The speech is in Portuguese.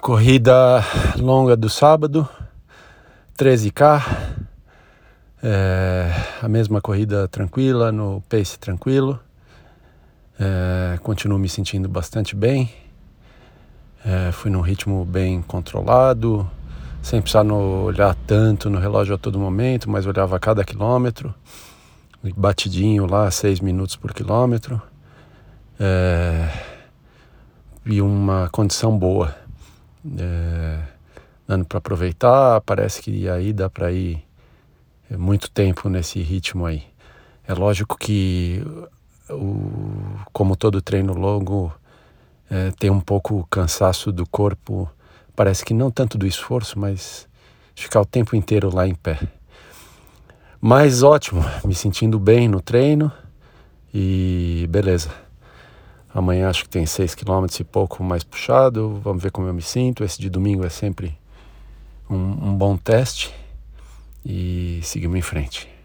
Corrida longa do sábado, 13K, a mesma corrida tranquila, no pace tranquilo, continuo me sentindo bastante bem, fui num ritmo bem controlado, sem precisar olhar tanto no relógio a todo momento, mas olhava a cada quilômetro, batidinho lá, 6 minutos por quilômetro, e uma condição boa. Dando para aproveitar, parece que aí dá para ir muito tempo nesse ritmo aí. É lógico que, como todo treino longo, tem um pouco o cansaço do corpo, parece que não tanto do esforço, mas ficar o tempo inteiro lá em pé. Mas ótimo, me sentindo bem no treino e beleza. Amanhã acho que tem 6 km e pouco mais puxado, vamos ver como eu me sinto. Esse de domingo é sempre um bom teste e seguimos em frente.